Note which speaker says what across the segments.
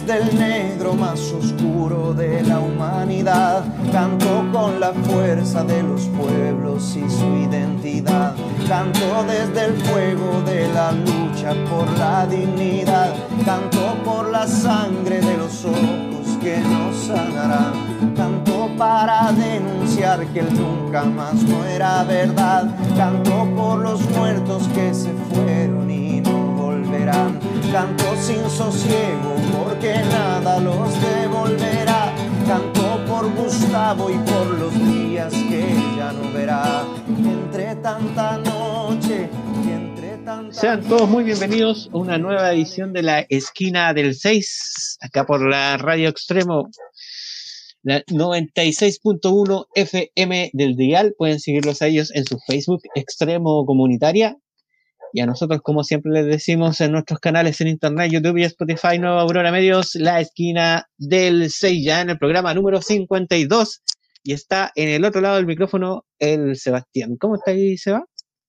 Speaker 1: desde el negro más oscuro de la humanidad. Canto con la fuerza de los pueblos y su identidad. Canto desde el fuego de la lucha por la dignidad. Canto por la sangre de los ojos que nos sanarán. Canto para denunciar que el nunca más no era verdad. Canto por los muertos que se fueron y no volverán. Canto sin sosiego porque nada los devolverá. Canto por Gustavo y por los días que ya no verá. Entre tanta noche y entre tanta...
Speaker 2: Sean todos muy bienvenidos a una nueva edición de la Esquina del 6, acá por la Radio Extremo, la 96.1 FM del dial. Pueden seguirlos a ellos en su Facebook Extremo Comunitaria, y a nosotros, como siempre les decimos, en nuestros canales en internet, YouTube y Spotify, Nueva Aurora Medios, la Esquina del 6, ya en el programa número 52, y está en el otro lado del micrófono el Sebastián. ¿Cómo está ahí, Seba?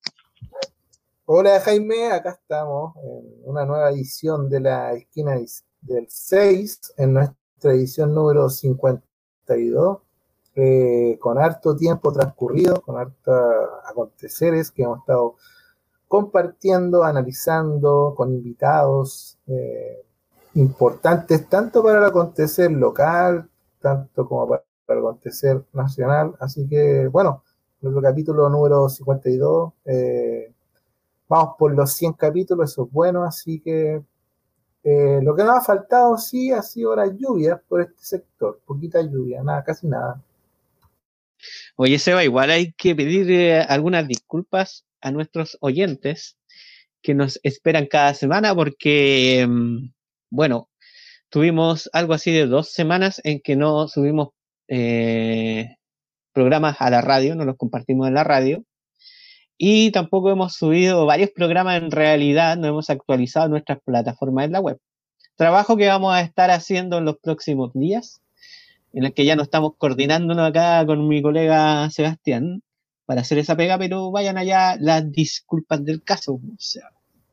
Speaker 3: Hola Jaime, acá estamos en una nueva edición de la Esquina del 6, en nuestra edición número 52, con harto tiempo transcurrido, con hartos aconteceres que hemos estado compartiendo, analizando, con invitados importantes, tanto para el acontecer local, tanto como para el acontecer nacional. Así que, bueno, nuestro capítulo número 52, vamos por los 100 capítulos, eso es bueno, así que lo que nos ha faltado sí ha sido las lluvias por este sector, poquita lluvia, nada, casi nada.
Speaker 2: Oye, Seba, igual hay que pedir algunas disculpas a nuestros oyentes que nos esperan cada semana porque, bueno, tuvimos algo así de 2 semanas en que no subimos programas a la radio, no los compartimos en la radio, y tampoco hemos subido varios programas en realidad, no hemos actualizado nuestras plataformas en la web. Trabajo que vamos a estar haciendo en los próximos días, en el que ya nos estamos coordinándonos acá con mi colega Sebastián para hacer esa pega, pero vayan allá las disculpas del caso. O sea.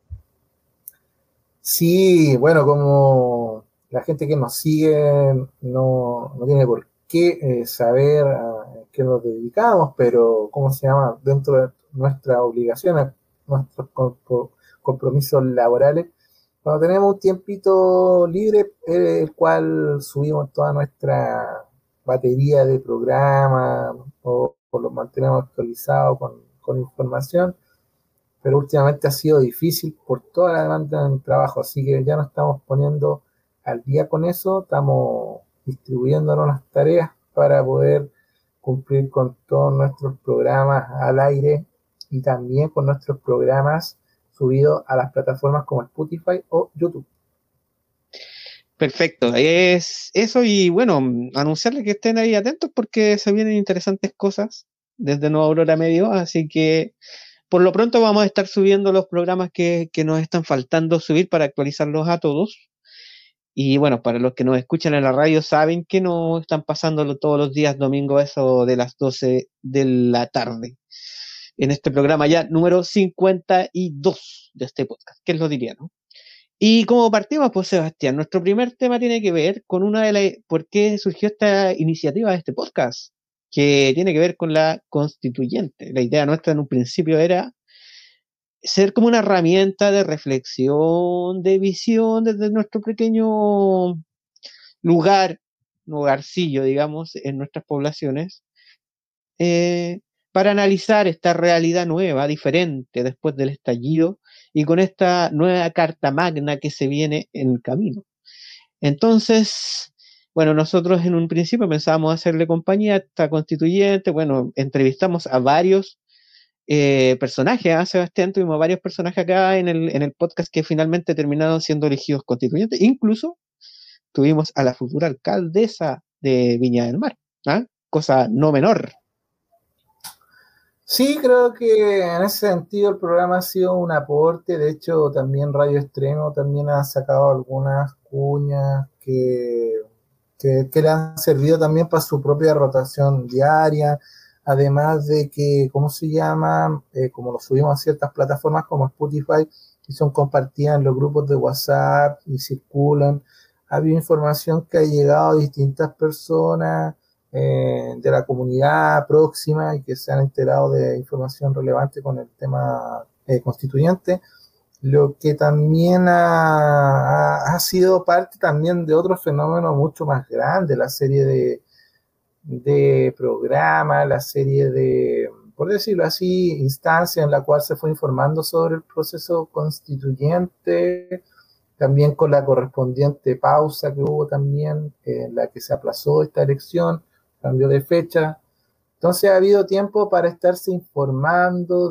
Speaker 3: Sí, bueno, como la gente que nos sigue no tiene por qué saber a qué nos dedicamos, pero ¿cómo se llama? Dentro de nuestras obligaciones, nuestros compromisos laborales, cuando tenemos un tiempito libre, el cual subimos toda nuestra batería de programas o los mantenemos actualizados con información, pero últimamente ha sido difícil por toda la demanda del trabajo, así que ya nos estamos poniendo al día con eso, estamos distribuyéndonos las tareas para poder cumplir con todos nuestros programas al aire y también con nuestros programas subido a las plataformas como Spotify o YouTube.
Speaker 2: Perfecto, es eso, y bueno, anunciarles que estén ahí atentos porque se vienen interesantes cosas desde Nueva Aurora Medio, así que por lo pronto vamos a estar subiendo los programas que nos están faltando subir para actualizarlos a todos. Y bueno, para los que nos escuchan en la radio saben que no están pasándolo todos los días domingo, eso de las 12 de la tarde, en este programa ya número 52 de este podcast, que lo diría, ¿no? Y como partimos, pues Sebastián, nuestro primer tema tiene que ver con una de las... ¿Por qué surgió esta iniciativa de este podcast? Que tiene que ver con la constituyente. La idea nuestra en un principio era ser como una herramienta de reflexión, de visión desde nuestro pequeño lugarcillo, digamos, en nuestras poblaciones, para analizar esta realidad nueva, diferente después del estallido, y con esta nueva carta magna que se viene en camino. Entonces, bueno, nosotros en un principio pensábamos hacerle compañía a esta constituyente. Bueno, entrevistamos a varios personajes, ¿eh? Sebastián, tuvimos varios personajes acá en el podcast que finalmente terminaron siendo elegidos constituyentes. Incluso tuvimos a la futura alcaldesa de Viña del Mar, ¿eh? Cosa no menor.
Speaker 3: Sí, creo que en ese sentido el programa ha sido un aporte. De hecho, también Radio Extremo también ha sacado algunas cuñas que le han servido también para su propia rotación diaria. Además de que, ¿cómo se llama? Como lo subimos a ciertas plataformas como Spotify, y son compartidas en los grupos de WhatsApp y circulan. ha habido información que ha llegado a distintas personas de la comunidad próxima y que se han enterado de información relevante con el tema constituyente, lo que también ha sido parte también de otro fenómeno mucho más grande, la serie de programas, la serie de, por decirlo así, instancias en la cual se fue informando sobre el proceso constituyente, también con la correspondiente pausa que hubo también, en la que se aplazó esta elección, cambió de fecha. Entonces ha habido tiempo para estarse informando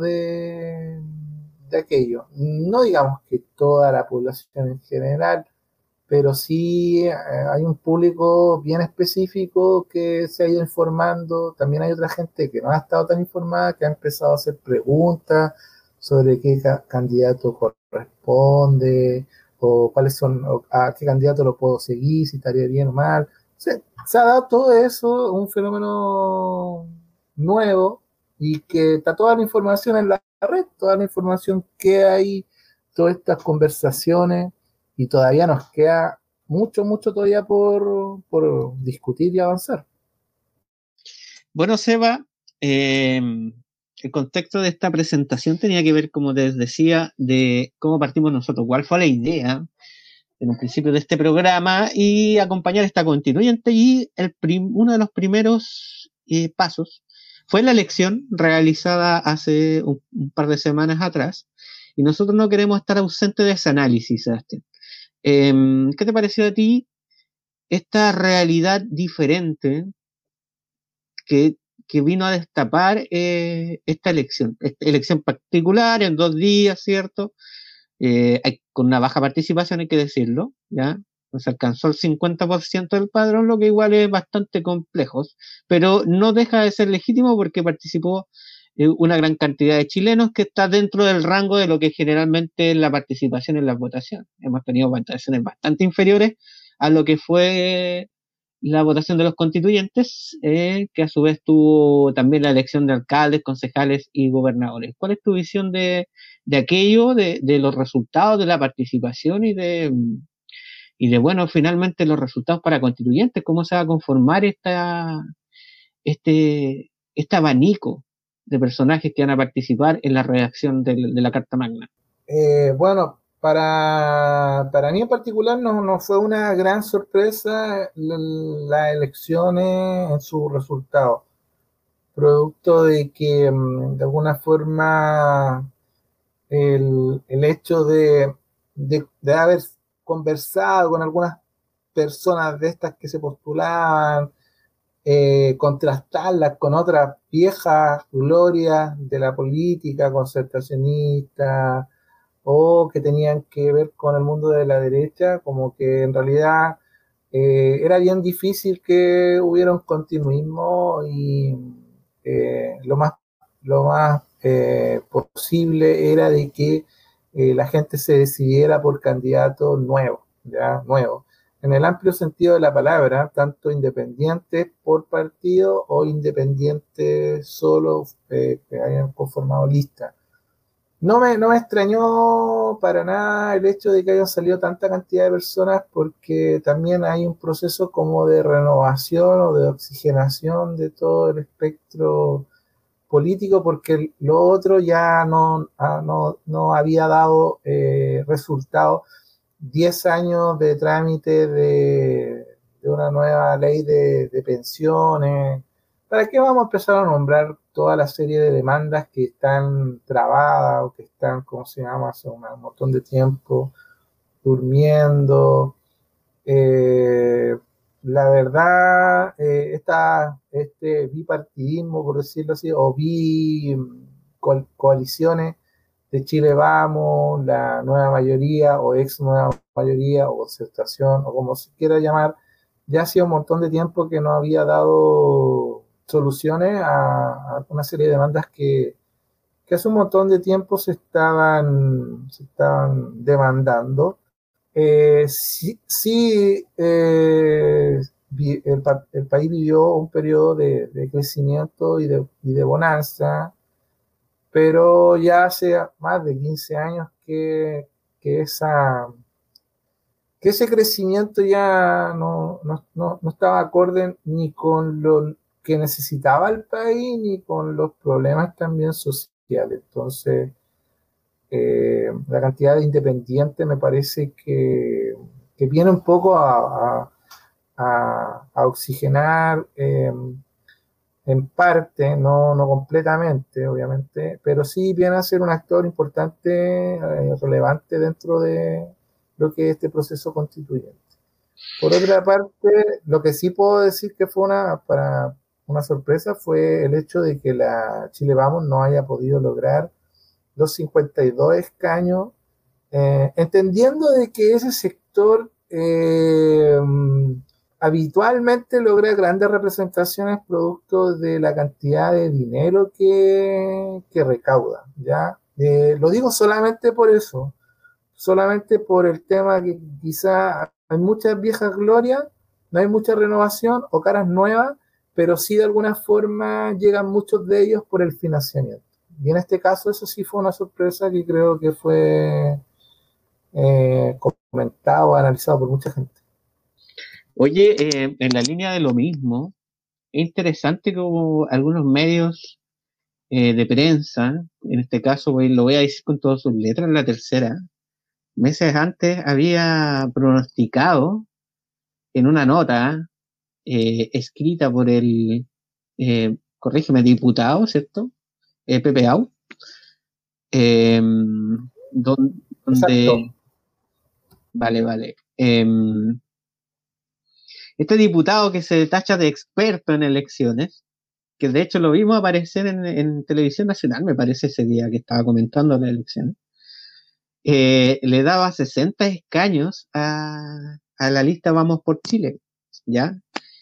Speaker 3: de aquello. No digamos que toda la población en general, pero sí hay un público bien específico que se ha ido informando. También hay otra gente que no ha estado tan informada, que ha empezado a hacer preguntas sobre qué candidato corresponde, o cuáles son, o a qué candidato lo puedo seguir, si estaría bien o mal. Se ha dado todo eso, un fenómeno nuevo, y que está toda la información en la red, toda la información que hay, todas estas conversaciones, y todavía nos queda mucho, mucho todavía por discutir y avanzar.
Speaker 2: Bueno, Seba, el contexto de esta presentación tenía que ver, como les decía, de cómo partimos nosotros, cuál fue la idea en un principio de este programa y acompañar esta constituyente, y uno de los primeros pasos fue la elección realizada hace un par de semanas atrás, y nosotros no queremos estar ausentes de ese análisis, Sebastián. ¿Qué te pareció a ti esta realidad diferente que vino a destapar esta elección particular en 2 días, ¿cierto? Con una baja participación, hay que decirlo, ¿ya? Se alcanzó el 50% del padrón, lo que igual es bastante complejo, pero no deja de ser legítimo porque participó una gran cantidad de chilenos, que está dentro del rango de lo que generalmente es la participación en las votaciones. Hemos tenido votaciones bastante inferiores a lo que fue la votación de los constituyentes, que a su vez tuvo también la elección de alcaldes, concejales y gobernadores. ¿Cuál es tu visión de aquello, de los resultados de la participación bueno, finalmente los resultados para constituyentes? ¿Cómo se va a conformar este abanico de personajes que van a participar en la redacción de la Carta Magna?
Speaker 3: Bueno, para mí en particular no fue una gran sorpresa las elecciones en su resultado, producto de que de alguna forma el hecho de haber conversado con algunas personas de estas que se postulaban, contrastarlas con otras viejas glorias de la política concertacionista, o que tenían que ver con el mundo de la derecha, como que en realidad era bien difícil que hubiera un continuismo, y lo más posible era de que la gente se decidiera por candidatos nuevos, ya nuevos, en el amplio sentido de la palabra, tanto independientes por partido o independientes solo que hayan conformado listas. No me extrañó para nada el hecho de que hayan salido tanta cantidad de personas, porque también hay un proceso como de renovación o de oxigenación de todo el espectro político, porque lo otro ya no había dado resultado. 10 años de trámite de una nueva ley de pensiones. ¿Para qué vamos a empezar a nombrar toda la serie de demandas que están trabadas o que están, ¿cómo se llama?, hace un montón de tiempo durmiendo? La verdad, este bipartidismo, por decirlo así, o coaliciones de Chile Vamos, la nueva mayoría o ex nueva mayoría o concertación o como se quiera llamar, ya hacía un montón de tiempo que no había dado soluciones a una serie de demandas que hace un montón de tiempo se estaban demandando. Sí, el país vivió un periodo de crecimiento y de bonanza, pero ya hace más de 15 años que que ese crecimiento ya no estaba acorde ni con lo que necesitaba el país, ni con los problemas también sociales. Entonces, la cantidad de independientes me parece que viene un poco a oxigenar en parte, no completamente, obviamente, pero sí viene a ser un actor importante, relevante dentro de lo que es este proceso constituyente. Por otra parte, lo que sí puedo decir que fue para una sorpresa fue el hecho de que la Chile Vamos no haya podido lograr los 52 escaños, entendiendo de que ese sector habitualmente logra grandes representaciones producto de la cantidad de dinero que recauda, ¿ya? Lo digo solamente por eso, solamente por el tema que quizá hay muchas viejas glorias, no hay mucha renovación o caras nuevas, pero sí de alguna forma llegan muchos de ellos por el financiamiento. Y en este caso eso sí fue una sorpresa que creo que fue comentado, analizado por mucha gente.
Speaker 2: Oye, en la línea de lo mismo, es interesante como algunos medios de prensa, en este caso lo voy a decir con todas sus letras, La Tercera, meses antes había pronosticado en una nota escrita por corrígeme, diputado, ¿cierto? Pepe Au, eh, donde,
Speaker 3: Exacto.
Speaker 2: vale, este diputado que se tacha de experto en elecciones, que de hecho lo vimos aparecer en Televisión Nacional, me parece ese día que estaba comentando la elección, le daba 60 escaños a la lista Vamos por Chile, ¿ya?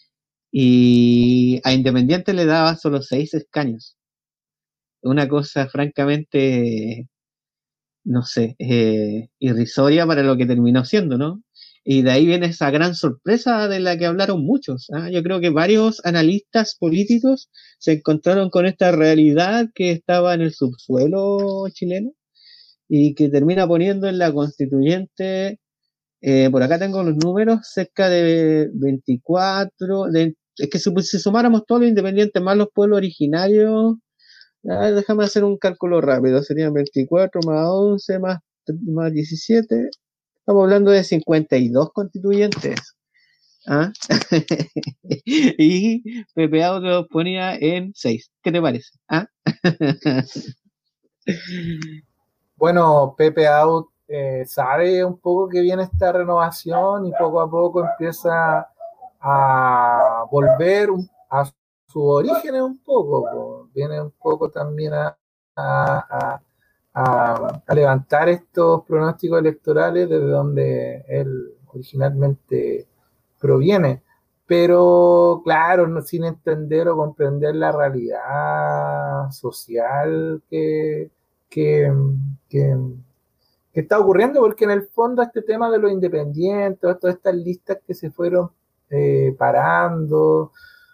Speaker 2: Y a Independiente le daba solo 6 escaños. Una cosa francamente, no sé, irrisoria para lo que terminó siendo, ¿no? Y de ahí viene esa gran sorpresa de la que hablaron muchos. ¿Ah? Yo creo que varios analistas políticos se encontraron con esta realidad que estaba en el subsuelo chileno y que termina poniendo en la constituyente, por acá tengo los números, cerca de 24, es que si sumáramos todos los independientes más los pueblos originarios, déjame hacer un cálculo rápido, serían 24 más 11 más 17, estamos hablando de 52 constituyentes. ¿Ah? Y Pepe Auto los ponía en 6. ¿Qué te parece? ¿Ah?
Speaker 3: Bueno, Pepe Out sabe un poco que viene esta renovación y poco a poco empieza a volver a sus orígenes un poco. Viene un poco también a, a levantar estos pronósticos electorales desde donde él originalmente proviene. Pero claro, sin entender o comprender la realidad social que, que, que está ocurriendo, porque en el fondo este tema de los independientes, todas estas listas que se fueron parando,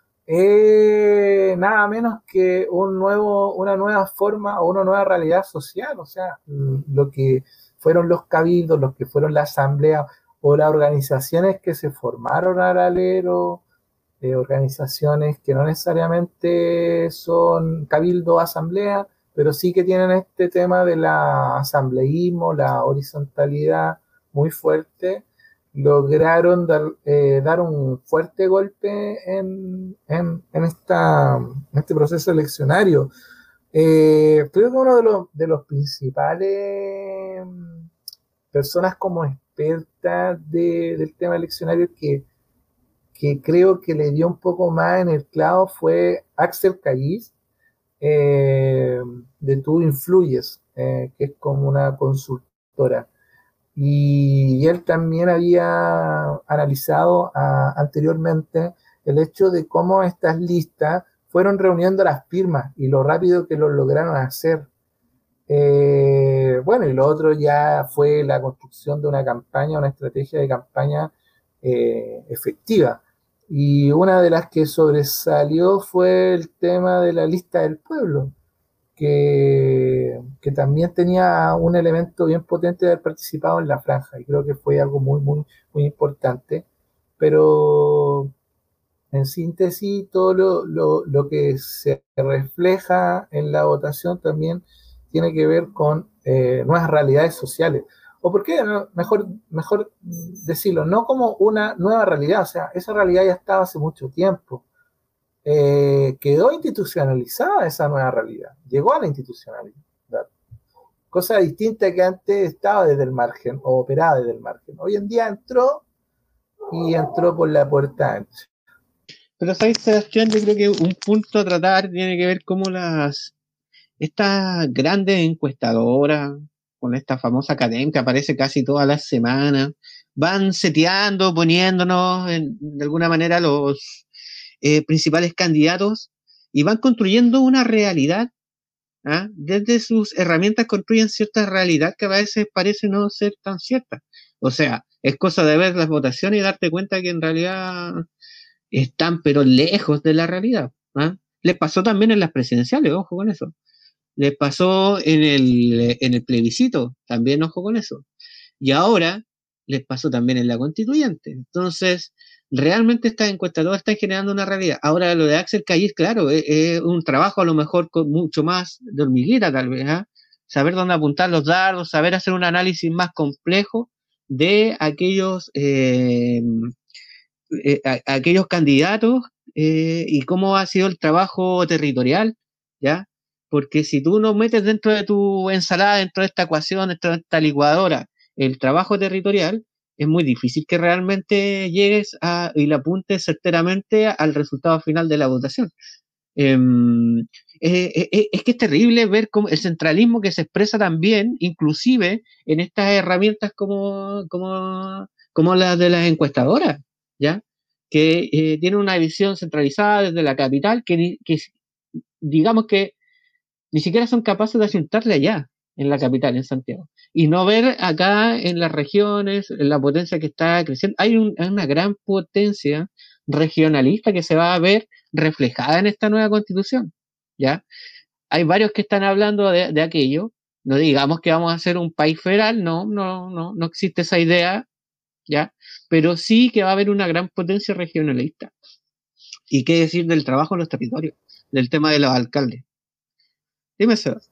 Speaker 3: nada menos que una nueva forma o una nueva realidad social, o sea, lo que fueron los cabildos, lo que fueron la asamblea o las organizaciones que se formaron al alero, organizaciones que no necesariamente son cabildo o asamblea, pero sí que tienen este tema de la asambleísmo, la horizontalidad muy fuerte, lograron dar un fuerte golpe en este proceso eleccionario. Creo que uno de los principales personas como expertas del tema eleccionario que creo que le dio un poco más en el clavo fue Axel Callis, de Tú Influyes, que es como una consultora. Y él también había analizado anteriormente el hecho de cómo estas listas fueron reuniendo las firmas y lo rápido que lo lograron hacer. Bueno, y lo otro ya fue la construcción de una campaña, una estrategia de campaña efectiva. Y una de las que sobresalió fue el tema de la lista del pueblo, que también tenía un elemento bien potente de haber participado en la franja, y creo que fue algo muy, muy, muy importante. Pero en síntesis, todo lo que se refleja en la votación también tiene que ver con nuevas realidades sociales. O por qué, no, mejor decirlo, no como una nueva realidad, o sea, esa realidad ya estaba hace mucho tiempo. Quedó institucionalizada esa nueva realidad, llegó a la institucionalidad. Cosa distinta que antes estaba desde el margen o operaba desde el margen. Hoy en día entró y entró por la puerta ancha.
Speaker 2: Pero sabes, Sebastián, yo creo que un punto a tratar tiene que ver cómo estas grandes encuestadoras, con esta famosa cadena que aparece casi todas las semanas, van seteando, poniéndonos de alguna manera los principales candidatos y van construyendo una realidad. ¿Ah? Desde sus herramientas construyen cierta realidad que a veces parece no ser tan cierta. O sea, es cosa de ver las votaciones y darte cuenta que en realidad están pero lejos de la realidad. ¿Ah? Les pasó también en las presidenciales, ojo con eso. Les pasó en el plebiscito, también ojo con eso. Y ahora les pasó también en la constituyente. Entonces, realmente estas encuestadoras están generando una realidad. Ahora lo de Axel Callis, claro, es un trabajo a lo mejor con mucho más de hormiguita tal vez, ¿eh? Saber dónde apuntar los dardos, saber hacer un análisis más complejo de aquellos candidatos y cómo ha sido el trabajo territorial, ¿ya? Porque si tú no metes dentro de tu ensalada, dentro de esta ecuación, dentro de esta licuadora, el trabajo territorial, es muy difícil que realmente llegues y le apuntes certeramente al resultado final de la votación. Eh, es que es terrible ver cómo el centralismo que se expresa también, inclusive en estas herramientas como las de las encuestadoras, ¿ya? Que tienen una visión centralizada desde la capital que digamos que ni siquiera son capaces de asentarle allá, en la capital, en Santiago. Y no ver acá en las regiones, en la potencia que está creciendo. Hay una gran potencia regionalista que se va a ver reflejada en esta nueva constitución, ¿ya? Hay varios que están hablando de aquello. No digamos que vamos a hacer un país federal, no existe esa idea, ¿ya? Pero sí que va a haber una gran potencia regionalista. ¿Y qué decir del trabajo en los territorios? Del tema de los alcaldes. Dime, Sebas.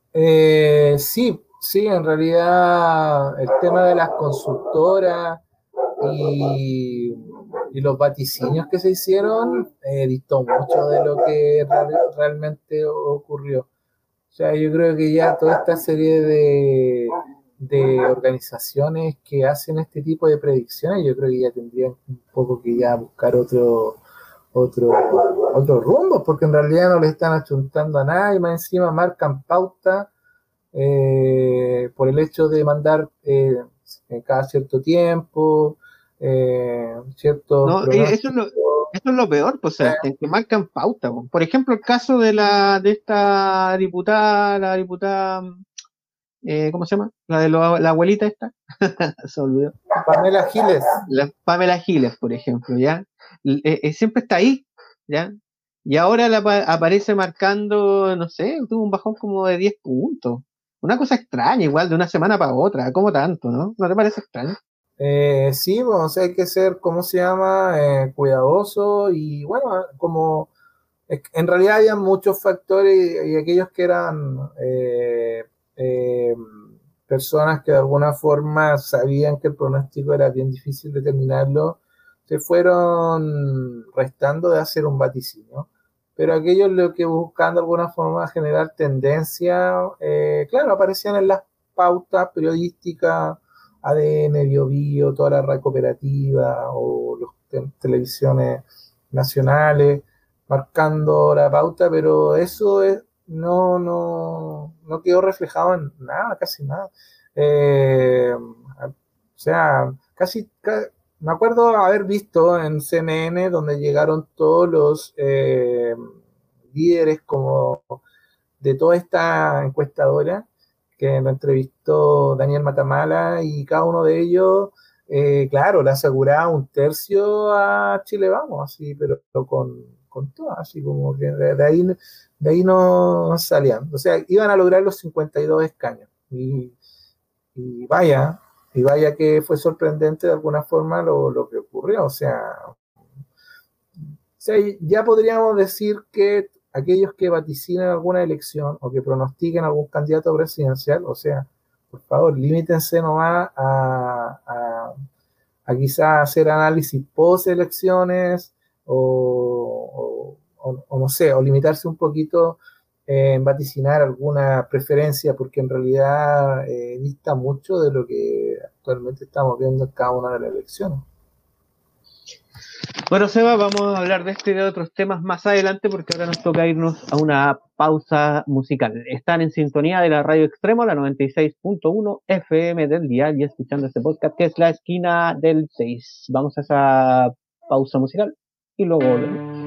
Speaker 3: Sí, sí, en realidad el tema de las consultoras y, y los vaticinios que se hicieron distó mucho de lo que realmente ocurrió. O sea, yo creo que ya toda esta serie de organizaciones que hacen este tipo de predicciones, yo creo que ya tendrían un poco que ya buscar otro, otro rumbo, porque en realidad no le están achuntando a nada y más encima marcan pauta por el hecho de mandar cada cierto tiempo ciertos
Speaker 2: No,
Speaker 3: pronósticos.
Speaker 2: eso es lo peor, pues, Sebastián, que marcan pauta. Po. Por ejemplo, el caso de esta diputada, la diputada, ¿cómo se llama? La abuelita esta, se olvidó.
Speaker 3: Pamela Giles.
Speaker 2: La Pamela Giles, por ejemplo, ¿ya? Siempre está ahí, ¿ya? Y ahora aparece marcando, no sé, tuvo un bajón como de 10 puntos. Una cosa extraña, igual, de una semana para otra, como tanto, ¿no? ¿No te parece extraño?
Speaker 3: Sí, bueno, o sea, hay que ser, ¿cómo se llama? Cuidadoso y bueno, como en realidad había muchos factores y aquellos que eran eh, personas que de alguna forma sabían que el pronóstico era bien difícil determinarlo, se fueron restando de hacer un vaticinio. Pero aquellos lo que buscaban de alguna forma generar tendencia, claro, aparecían en las pautas periodísticas, ADN, Bio Bio, toda la red cooperativa o las televisiones nacionales, marcando la pauta, pero eso no quedó reflejado en nada, casi nada. O sea, me acuerdo haber visto en CNN donde llegaron todos los líderes como de toda esta encuestadora que lo entrevistó Daniel Matamala y cada uno de ellos, claro, le aseguraba un tercio a Chile Vamos, así, pero con todo, así como que de ahí no salían. O sea, iban a lograr los 52 escaños. Y vaya, y vaya que fue sorprendente de alguna forma lo que ocurrió. O sea, ya podríamos decir que aquellos que vaticinen alguna elección o que pronostiquen algún candidato presidencial, o sea, por favor, limítense nomás a quizás hacer análisis post elecciones o no sé, o limitarse un poquito en vaticinar alguna preferencia, porque en realidad dista mucho de lo que actualmente estamos viendo en cada una de las elecciones.
Speaker 2: Bueno, Seba, vamos a hablar de este y de otros temas más adelante porque ahora nos toca irnos a una pausa musical. Están en sintonía de la Radio Extremo, la 96.1 FM del dial y escuchando este podcast que es La Esquina del 6. Vamos a esa pausa musical y luego volvemos.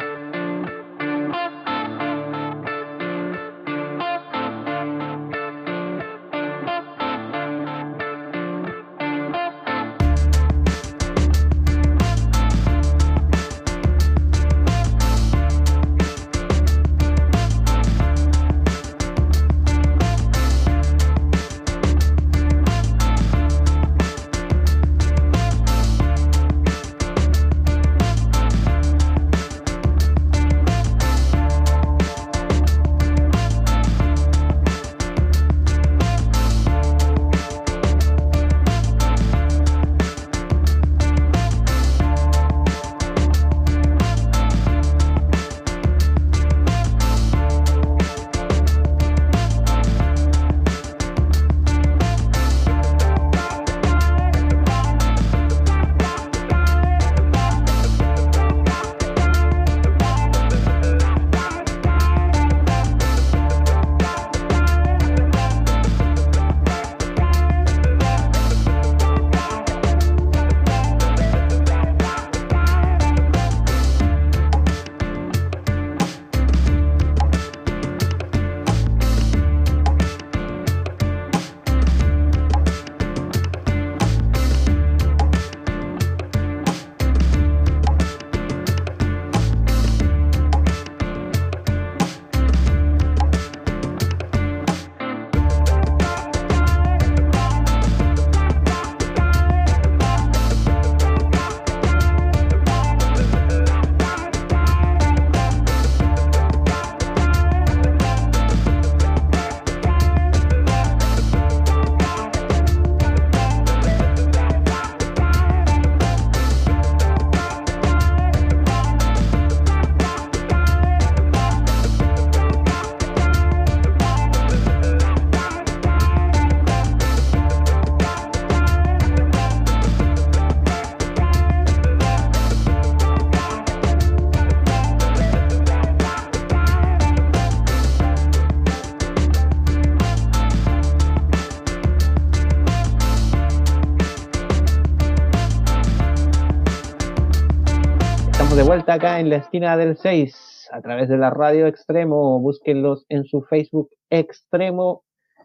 Speaker 2: De vuelta acá en la esquina del 6 a través de la Radio Extremo. Búsquenlos en su Facebook Extremo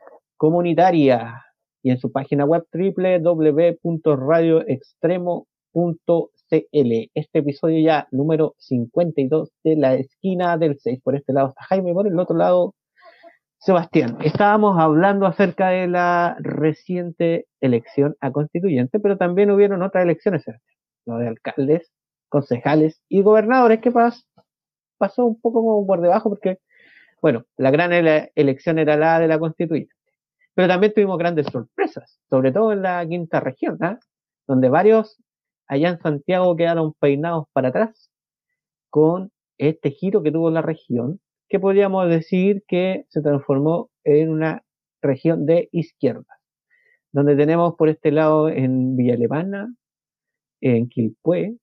Speaker 2: Comunitaria y en su página web www.radioextremo.cl. Este episodio ya número 52 de la esquina del 6. Por este lado está Jaime, por el otro lado Sebastián. Estábamos hablando acerca de la reciente elección a constituyente, pero también hubieron otras elecciones, lo de alcaldes, concejales y gobernadores, que pasó un poco como por debajo porque, bueno, la gran elección era la de la constituyente. Pero también tuvimos grandes sorpresas, sobre todo en la quinta región, donde varios allá en Santiago quedaron peinados para atrás con este giro que tuvo la región, que podríamos decir que se transformó en una región de izquierda, donde tenemos por este lado en Villa Alemana, en Quilpué,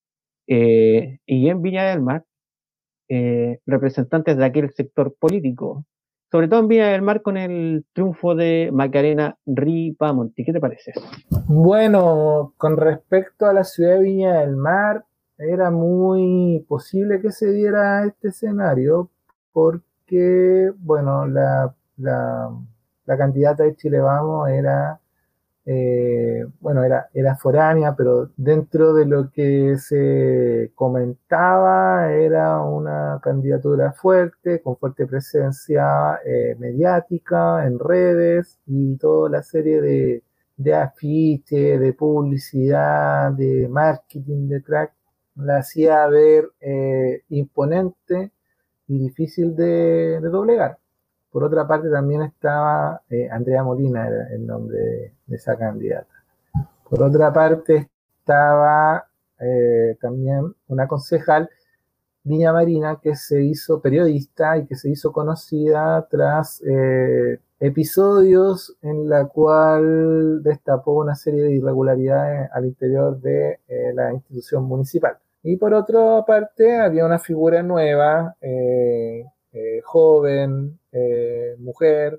Speaker 2: y en Viña del Mar, representantes de aquel sector político, sobre todo en Viña del Mar con el triunfo de Macarena Ripamonti. ¿Qué te parece eso?
Speaker 3: Bueno, con respecto a la ciudad de Viña del Mar, era muy posible que se diera este escenario porque, bueno, la candidata de Chile Vamos era bueno, era foránea, pero dentro de lo que se comentaba era una candidatura fuerte, con fuerte presencia mediática en redes y toda la serie de afiches, de publicidad, de marketing detrás, la hacía ver imponente y difícil de doblegar. Por otra parte, también estaba Andrea Molina, era el nombre de esa candidata. Por otra parte, estaba también una concejal, Viña Marina, que se hizo periodista y que se hizo conocida tras episodios en la cual destapó una serie de irregularidades al interior de la institución municipal. Y por otra parte, había una figura nueva, joven, mujer,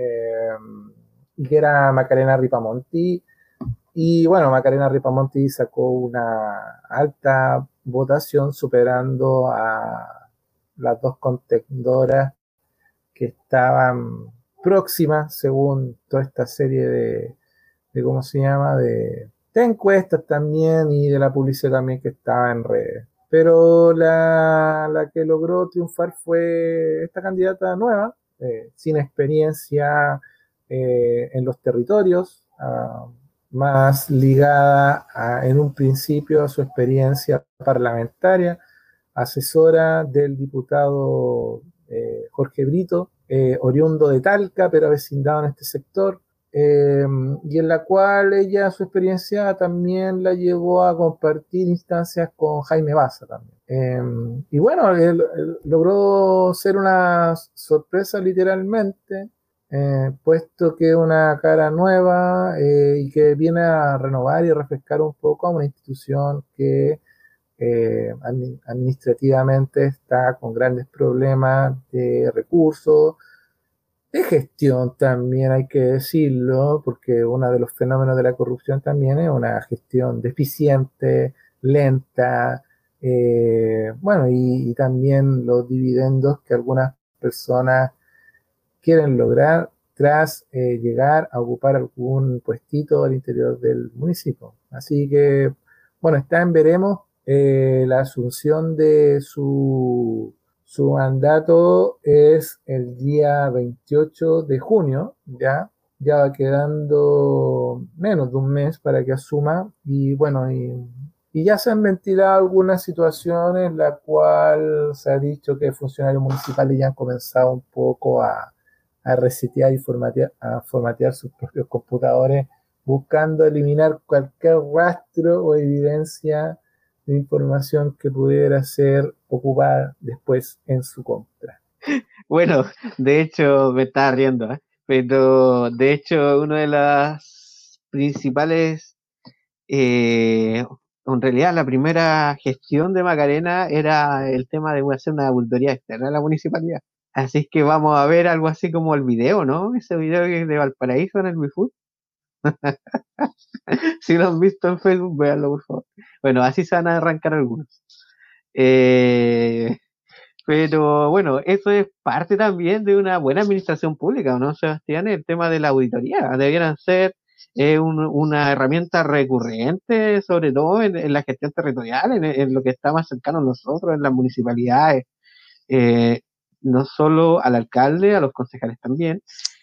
Speaker 3: y que era Macarena Ripamonti. Y bueno, Macarena Ripamonti sacó una alta votación, superando a las dos contendoras que estaban próximas, según toda esta serie de ¿cómo se llama? De encuestas también y de la publicidad también que estaba en redes. Pero la que logró triunfar fue esta candidata nueva, sin experiencia en los territorios, más ligada en un principio a su experiencia parlamentaria, asesora del diputado Jorge Brito, oriundo de Talca, pero avecindado en este sector, y en la cual ella su experiencia también la llevó a compartir instancias con Jaime Baza también. Y bueno, él logró ser una sorpresa literalmente, puesto que es una cara nueva y que viene a renovar y refrescar un poco a una institución que administrativamente está con grandes problemas de recursos, de gestión también hay que decirlo, porque uno de los fenómenos de la corrupción también es una gestión deficiente, lenta, bueno, y también los dividendos que algunas personas quieren lograr tras llegar a ocupar algún puestito al interior del municipio. Así que, bueno, está en veremos la asunción de su mandato es el día 28 de junio, ya va quedando menos de un mes para que asuma, y bueno, y ya se han ventilado algunas situaciones en la cual se ha dicho que funcionarios municipales ya han comenzado un poco a resetear y formatear sus propios computadores, buscando eliminar cualquier rastro o evidencia de información que pudiera ser ocupada después en su contra.
Speaker 2: Bueno, de hecho, me estaba riendo, pero de hecho, una de las principales, en realidad, la primera gestión de Macarena era el tema de hacer una auditoría externa a la municipalidad. Así que vamos a ver algo así como el video, ¿no? Ese video que es de Valparaíso en el WeFood. Si lo han visto en Facebook, véanlo, por favor. Bueno, así se van a arrancar algunos. Pero bueno, eso es parte también de una buena administración pública, ¿no, Sebastián? El tema de la auditoría debieran ser una herramienta recurrente, sobre todo en la gestión territorial, en lo que está más cercano a nosotros, en las municipalidades, eh, no solo al alcalde, a los concejales también,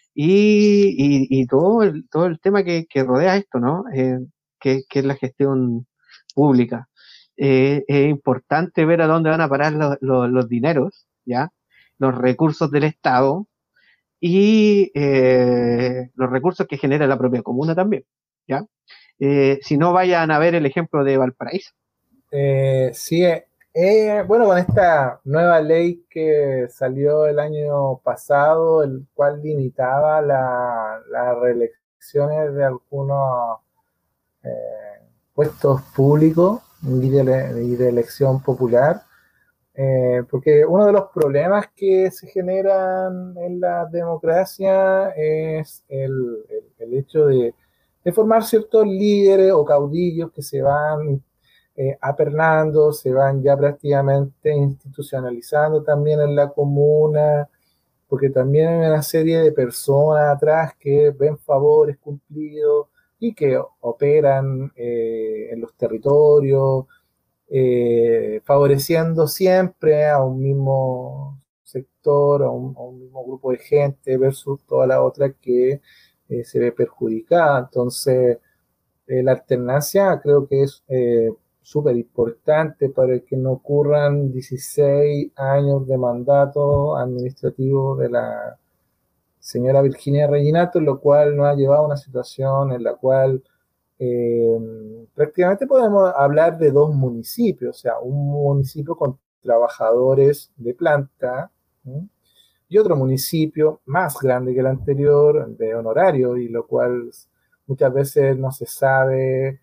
Speaker 2: y todo el tema que rodea esto, ¿no? Que es la gestión pública. Es importante ver a dónde van a parar los dineros, ¿ya? Los recursos del Estado y los recursos que genera la propia comuna también, ¿ya? Si no, vayan a ver el ejemplo de Valparaíso.
Speaker 3: Sí, bueno, con esta nueva ley que salió el año pasado, el cual limitaba las reelecciones de algunos puestos públicos y de elección popular, porque uno de los problemas que se generan en la democracia es el hecho de formar ciertos líderes o caudillos que se van apernando, se van ya prácticamente institucionalizando también en la comuna, porque también hay una serie de personas atrás que ven favores cumplidos y que operan en los territorios, favoreciendo siempre a un mismo sector, a un mismo grupo de gente versus toda la otra que se ve perjudicada. Entonces, la alternancia creo que es súper importante para que no ocurran 16 años de mandato administrativo de la señora Virginia Reginato, lo cual nos ha llevado a una situación en la cual prácticamente podemos hablar de dos municipios, o sea, un municipio con trabajadores de planta, ¿sí? Y otro municipio más grande que el anterior, de honorario, y lo cual muchas veces no se sabe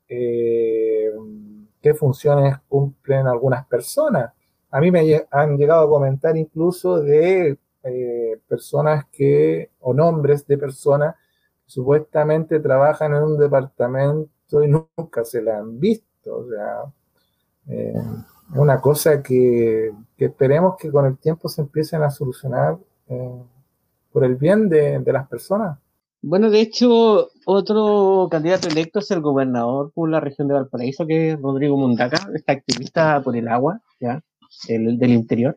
Speaker 3: qué funciones cumplen algunas personas. A mí me han llegado a comentar incluso de personas o nombres de personas que supuestamente trabajan en un departamento y nunca se la han visto. O sea, es una cosa que esperemos que con el tiempo se empiecen a solucionar por el bien de las personas.
Speaker 2: Bueno, de hecho, otro candidato electo es el gobernador por la región de Valparaíso, que es Rodrigo Mundaca, este activista por el agua, ¿ya? Del interior.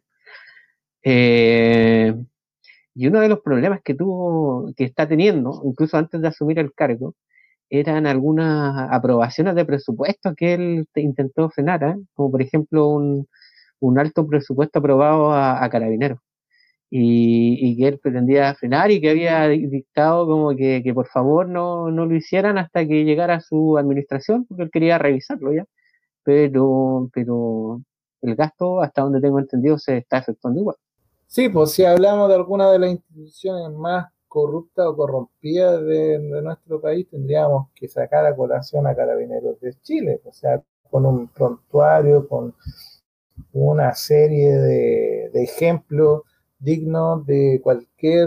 Speaker 2: Y uno de los problemas que está teniendo, incluso antes de asumir el cargo, eran algunas aprobaciones de presupuestos que él intentó frenar, ¿eh? Como por ejemplo un alto presupuesto aprobado a Carabineros. Y que él pretendía frenar y que había dictado como que por favor no lo hicieran hasta que llegara su administración, porque él quería revisarlo ya, pero el gasto, hasta donde tengo entendido, se está efectuando igual.
Speaker 3: Sí, pues si hablamos de alguna de las instituciones más corruptas o corrompidas de nuestro país, tendríamos que sacar a colación a Carabineros de Chile, o sea, con un prontuario, con una serie de ejemplos dignos de cualquier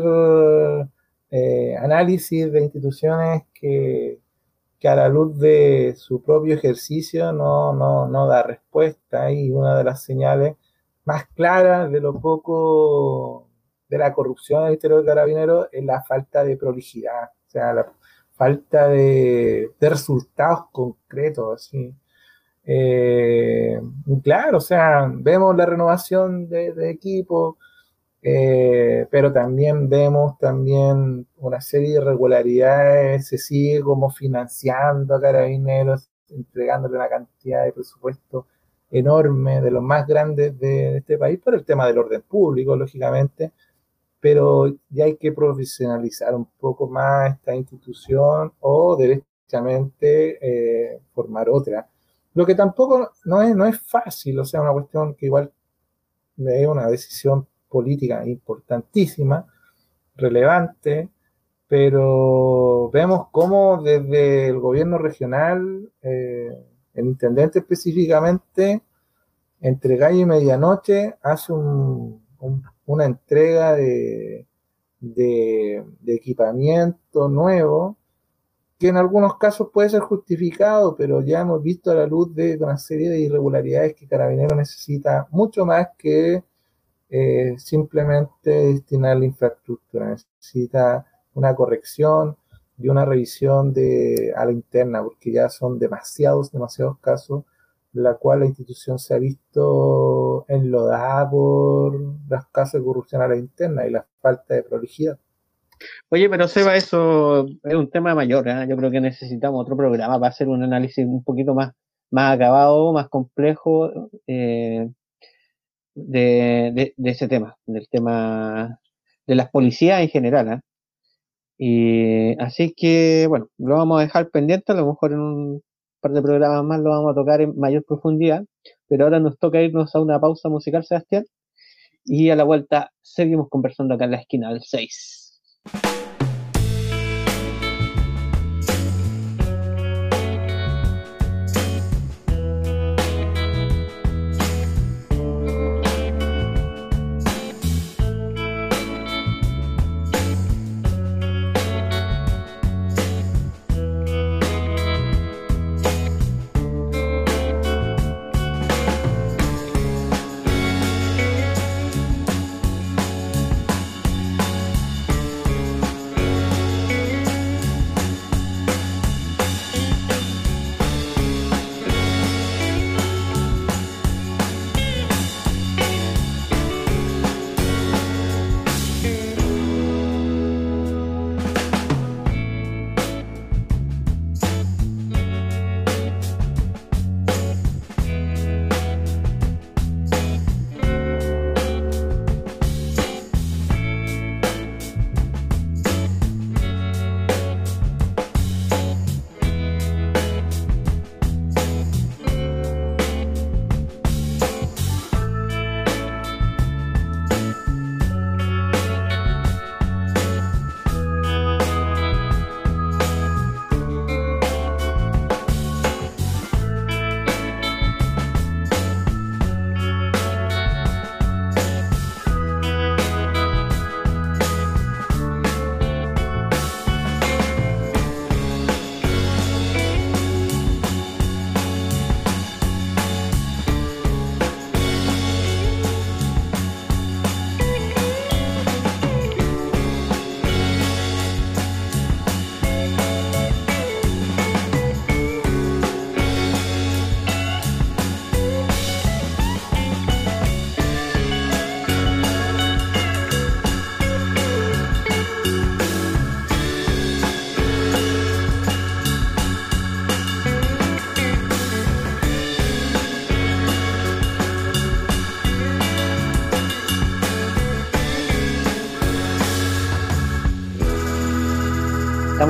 Speaker 3: análisis de instituciones que a la luz de su propio ejercicio no da respuesta. Y una de las señales más claras de lo poco de la corrupción del interior de Carabineros es la falta de prolijidad, o sea, la falta de resultados concretos, así. Claro, o sea, vemos la renovación de equipos, pero también vemos una serie de irregularidades, se sigue como financiando a Carabineros, entregándole una cantidad de presupuesto enorme, de los más grandes de este país, por el tema del orden público, lógicamente, pero ya hay que profesionalizar un poco más esta institución o derechamente formar otra. Lo que tampoco no es fácil, o sea, una cuestión que igual es una decisión política importantísima, relevante, pero vemos cómo desde el gobierno regional, el intendente específicamente, entre gallo y medianoche, hace una entrega de equipamiento nuevo, que en algunos casos puede ser justificado, pero ya hemos visto a la luz de una serie de irregularidades que Carabineros necesita mucho más que simplemente destinar la infraestructura. Necesita una corrección y una revisión a la interna, porque ya son demasiados casos en la cual la institución se ha visto enlodada por los casos de corrupción a la interna y la falta de prolijidad.
Speaker 2: Oye, pero Seba, eso es un tema mayor, ¿eh? Yo creo que necesitamos otro programa para hacer un análisis un poquito más acabado, más complejo de ese tema, del tema de las policías en general, ¿eh? Y así que, bueno, lo vamos a dejar pendiente, a lo mejor en un par de programas más lo vamos a tocar en mayor profundidad, pero ahora nos toca irnos a una pausa musical, Sebastián, y a la vuelta seguimos conversando acá en la esquina del 6.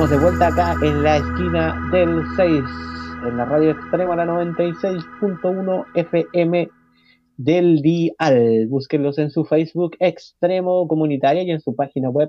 Speaker 2: Estamos de vuelta acá en la esquina del 6, en la radio extrema, la 96.1 FM del dial. Búsquenlos en su Facebook Extremo Comunitaria y en su página web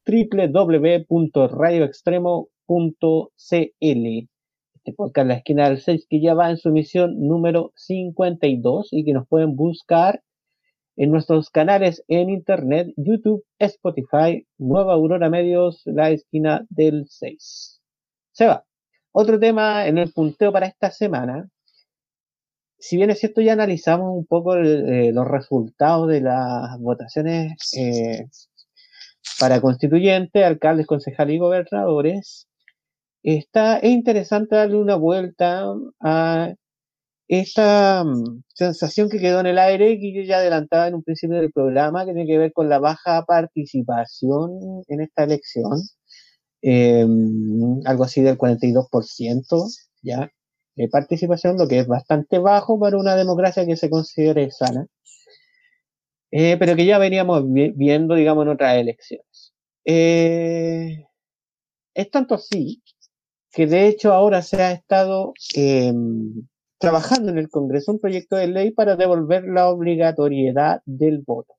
Speaker 2: www.radioextremo.cl. Este podcast La Esquina del 6, que ya va en su emisión número 52 y que nos pueden buscar en nuestros canales en internet, YouTube, Spotify, Nueva Aurora Medios, La Esquina del 6. Seba, otro tema en el punteo para esta semana. Si bien es cierto, ya analizamos un poco los resultados de las votaciones para constituyentes, alcaldes, concejales y gobernadores, es interesante darle una vuelta a esta sensación que quedó en el aire, que yo ya adelantaba en un principio del programa, que tiene que ver con la baja participación en esta elección, algo así del 42%, ya, de participación, lo que es bastante bajo para una democracia que se considere sana, pero que ya veníamos viendo, digamos, en otras elecciones. Es tanto así que de hecho ahora se ha estado trabajando en el Congreso un proyecto de ley para devolver la obligatoriedad del voto.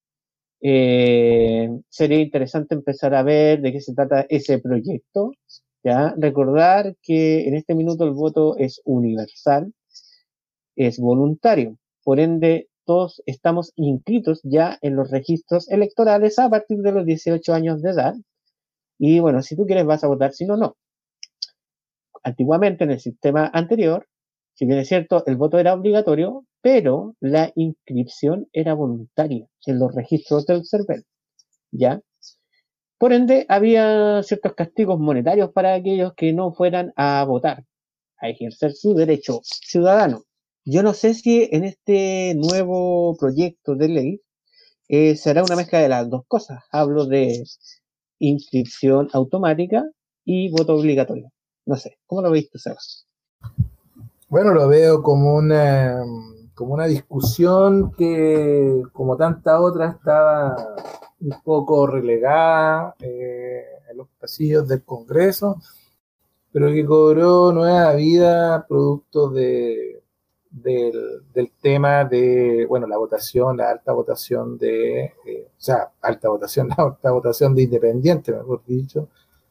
Speaker 2: Sería interesante empezar a ver de qué se trata ese proyecto. ¿Ya? Recordar que en este minuto el voto es universal, es voluntario, por ende todos estamos inscritos ya en los registros electorales a partir de los 18 años de edad, y bueno, si tú quieres vas a votar, si no, no. Antiguamente, en el sistema anterior, si bien es cierto, el voto era obligatorio, pero la inscripción era voluntaria en los registros del CERVEL, ¿ya? Por ende, había ciertos castigos monetarios para aquellos que no fueran a votar, a ejercer su derecho ciudadano. Yo no sé si en este nuevo proyecto de ley será una mezcla de las dos cosas. Hablo de inscripción automática y voto obligatorio. No sé, ¿cómo lo veis tú, Sebas?
Speaker 3: Bueno, lo veo como una discusión que, como tanta otra, estaba un poco relegada en los pasillos del Congreso, pero que cobró nueva vida producto del tema de, bueno, la votación, la alta votación de, la alta votación de independiente, mejor dicho,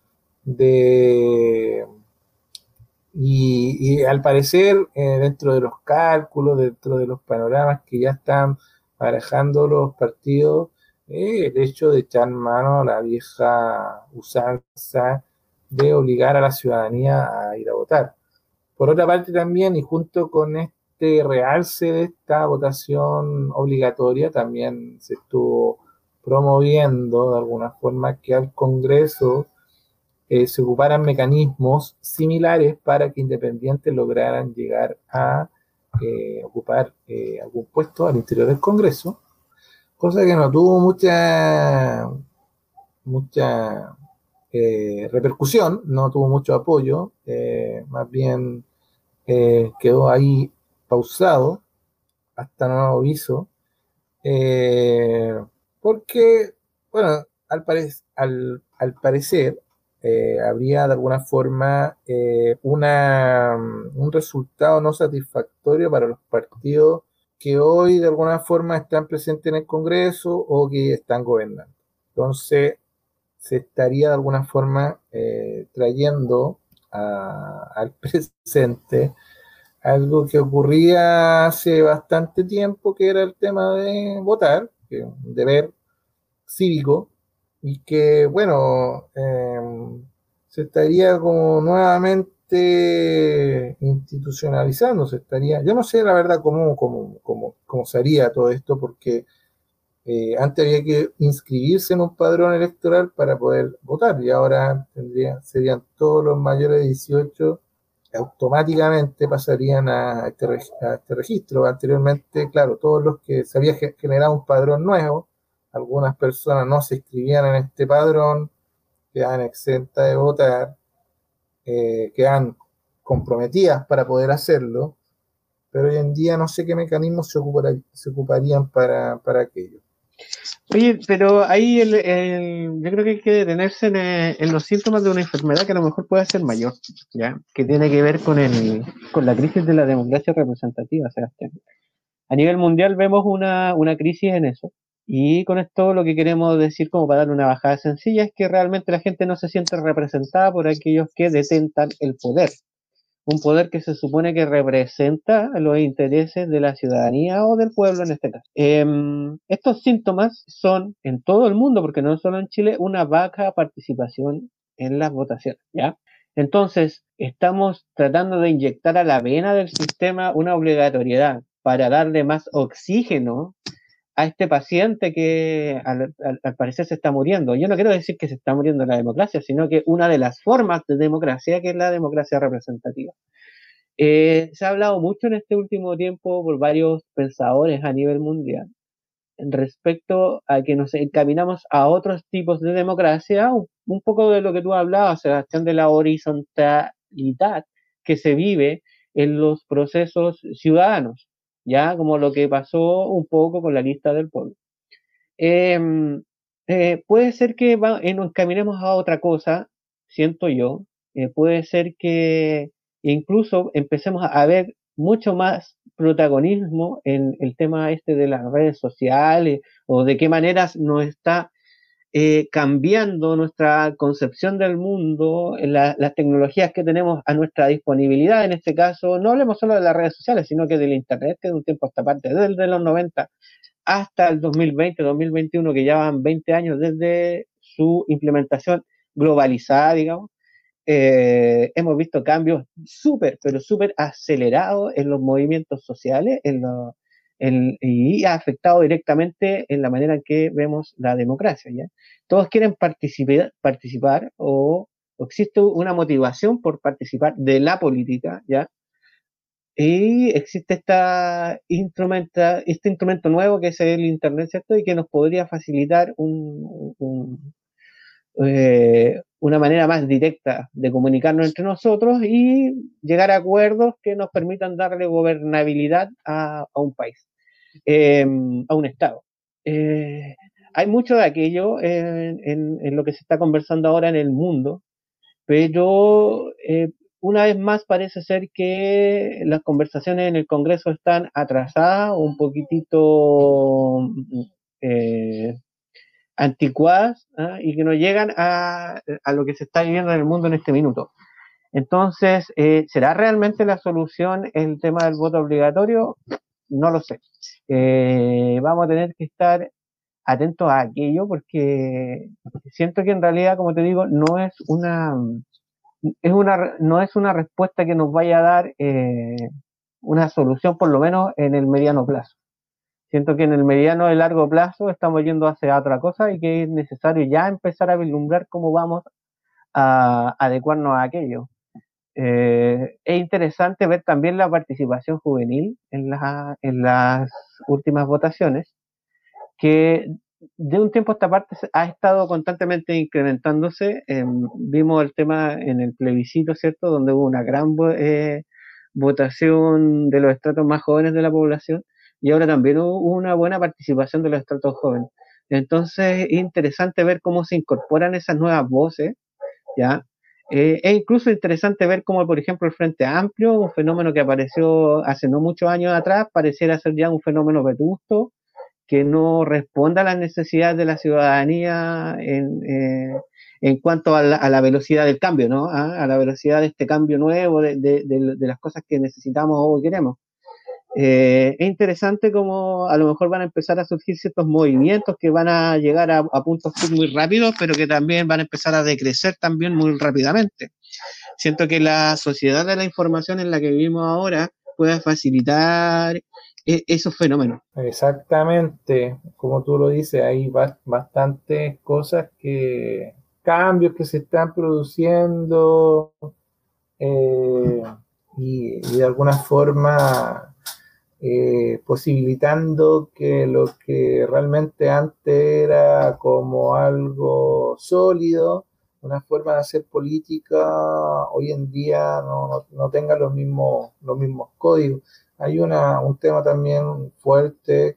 Speaker 3: y al parecer, dentro de los cálculos, dentro de los panoramas que ya están barajando los partidos, el hecho de echar mano a la vieja usanza de obligar a la ciudadanía a ir a votar. Por otra parte también, y junto con este realce de esta votación obligatoria, también se estuvo promoviendo de alguna forma que al Congreso se ocuparan mecanismos similares para que independientes lograran llegar a ocupar algún puesto al interior del Congreso, cosa que no tuvo mucha repercusión, no tuvo mucho apoyo, más bien quedó ahí pausado hasta nuevo aviso, porque, bueno, al parecer habría de alguna forma un resultado no satisfactorio para los partidos que hoy de alguna forma están presentes en el Congreso o que están gobernando. Entonces se estaría de alguna forma trayendo al presente algo que ocurría hace bastante tiempo, que era el tema de votar, que es un deber cívico, y que, bueno, se estaría como nuevamente institucionalizando, yo no sé la verdad cómo se haría todo esto, porque antes había que inscribirse en un padrón electoral para poder votar, y ahora serían todos los mayores de 18 automáticamente pasarían a este registro. Anteriormente, claro, todos los que se había generado un padrón nuevo, algunas personas no se inscribían en este padrón, quedaban exentas de votar, quedan comprometidas para poder hacerlo, pero hoy en día no sé qué mecanismos se ocuparían para aquello.
Speaker 2: Oye, pero ahí yo creo que hay que detenerse en los síntomas de una enfermedad que a lo mejor puede ser mayor, ¿ya? Que tiene que ver con la crisis de la democracia representativa, Sebastián. A nivel mundial vemos una crisis en eso. Y con esto lo que queremos decir, como para dar una bajada sencilla, es que realmente la gente no se siente representada por aquellos que detentan el poder. Un poder que se supone que representa los intereses de la ciudadanía o del pueblo en este caso. Estos síntomas son en todo el mundo, porque no solo en Chile, una baja participación en las votaciones, ¿ya? Entonces, estamos tratando de inyectar a la vena del sistema una obligatoriedad para darle más oxígeno a este paciente que al parecer se está muriendo. Yo no quiero decir que se está muriendo la democracia, sino que una de las formas de democracia, que es la democracia representativa. Se ha hablado mucho en este último tiempo por varios pensadores a nivel mundial respecto a que nos encaminamos a otros tipos de democracia, un poco de lo que tú hablabas, Sebastián, de la horizontalidad que se vive en los procesos ciudadanos, ya como lo que pasó un poco con la lista del pueblo. Eh, Puede ser que nos encaminemos a otra cosa, siento yo. Puede ser que incluso empecemos a ver mucho más protagonismo en el tema este de las redes sociales o de qué maneras nos está cambiando nuestra concepción del mundo, las tecnologías que tenemos a nuestra disponibilidad. En este caso, no hablemos solo de las redes sociales, sino que del Internet, que de un tiempo a esta parte, desde los 90 hasta el 2020, 2021, que ya van 20 años desde su implementación globalizada, digamos. Hemos visto cambios súper, pero súper acelerados en los movimientos sociales y ha afectado directamente en la manera en que vemos la democracia, ¿ya? Todos quieren participar o existe una motivación por participar de la política, ¿ya? Y existe este instrumento nuevo que es el Internet, ¿cierto? Y que nos podría facilitar una manera más directa de comunicarnos entre nosotros y llegar a acuerdos que nos permitan darle gobernabilidad a un país, a un Estado. Eh, Hay mucho de aquello en lo que se está conversando ahora en el mundo, pero una vez más parece ser que las conversaciones en el Congreso están atrasadas, un poquitito eh, anticuadas, ¿ah? Y que no llegan a lo que se está viviendo en el mundo en este minuto. Entonces, ¿será realmente la solución el tema del voto obligatorio? No lo sé. Vamos a tener que estar atentos a aquello porque siento que en realidad, como te digo, no es una respuesta que nos vaya a dar una solución, por lo menos en el mediano plazo. Siento que en el mediano y largo plazo estamos yendo hacia otra cosa y que es necesario ya empezar a vislumbrar cómo vamos a adecuarnos a aquello. Es interesante ver también la participación juvenil en las últimas votaciones, que de un tiempo a esta parte ha estado constantemente incrementándose. Vimos el tema en el plebiscito, ¿cierto? Donde hubo una gran votación de los estratos más jóvenes de la población y ahora también hubo una buena participación de los estratos jóvenes. Entonces es interesante ver cómo se incorporan esas nuevas voces, ¿ya? Es incluso interesante ver cómo, por ejemplo, el Frente Amplio, un fenómeno que apareció hace no muchos años atrás, pareciera ser ya un fenómeno vetusto, que no responda a las necesidades de la ciudadanía en cuanto a la velocidad del cambio, ¿no? A la velocidad de este cambio nuevo, de las cosas que necesitamos o queremos. Es interesante cómo a lo mejor van a empezar a surgir ciertos movimientos que van a llegar a puntos muy rápidos, pero que también van a empezar a decrecer también muy rápidamente. Siento que la sociedad de la información en la que vivimos ahora puede facilitar esos fenómenos.
Speaker 3: Exactamente, como tú lo dices, hay bastantes cosas cambios que se están produciendo eh, y de alguna forma posibilitando que lo que realmente antes era como algo sólido, una forma de hacer política, hoy en día no tenga los mismos códigos. Hay un tema también fuerte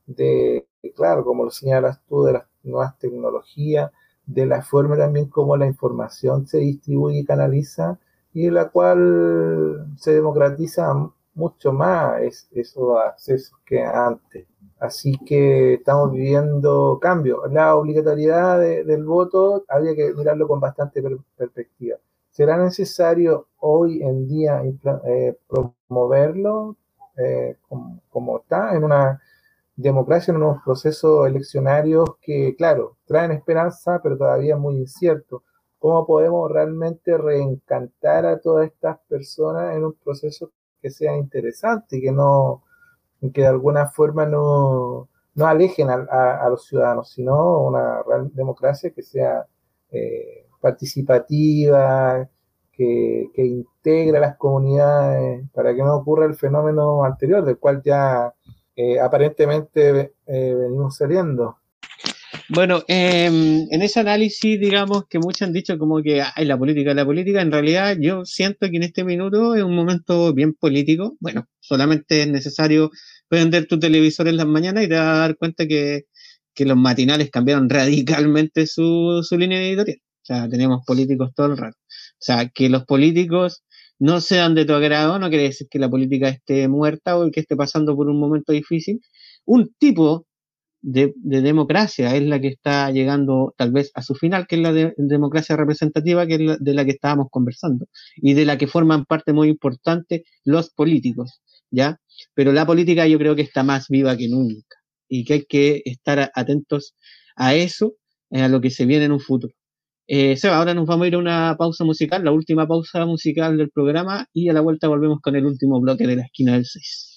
Speaker 3: claro, como lo señalas tú, de las nuevas tecnologías, de la forma también como la información se distribuye y canaliza, y la cual se democratiza mucho más esos accesos que antes. Así que estamos viviendo cambios. La obligatoriedad del voto habría que mirarlo con bastante perspectiva. ¿Será necesario hoy en día promoverlo como está en una democracia, en unos procesos eleccionarios que, claro, traen esperanza, pero todavía muy incierto? ¿Cómo podemos realmente reencantar a todas estas personas en un proceso que sea interesante y que de alguna forma no alejen a los ciudadanos, sino una real democracia que sea participativa, que integre a las comunidades para que no ocurra el fenómeno anterior, del cual ya aparentemente venimos saliendo?
Speaker 2: Bueno, en ese análisis, digamos que muchos han dicho como que ay, la política, en realidad yo siento que en este minuto es un momento bien político. Bueno, solamente es necesario prender tu televisor en las mañanas y te vas a dar cuenta que los matinales cambiaron radicalmente su línea editorial. O sea, tenemos políticos todo el rato. O sea, que los políticos no sean de tu agrado no quiere decir que la política esté muerta o que esté pasando por un momento difícil. Un tipo de democracia es la que está llegando tal vez a su final, que es la democracia representativa, que es de la que estábamos conversando, y de la que forman parte muy importante los políticos, ¿ya? Pero la política yo creo que está más viva que nunca, y que hay que estar atentos a eso, a lo que se viene en un futuro. Seba, ahora nos vamos a ir a una pausa musical, la última pausa musical del programa, y a la vuelta volvemos con el último bloque de la esquina del 6.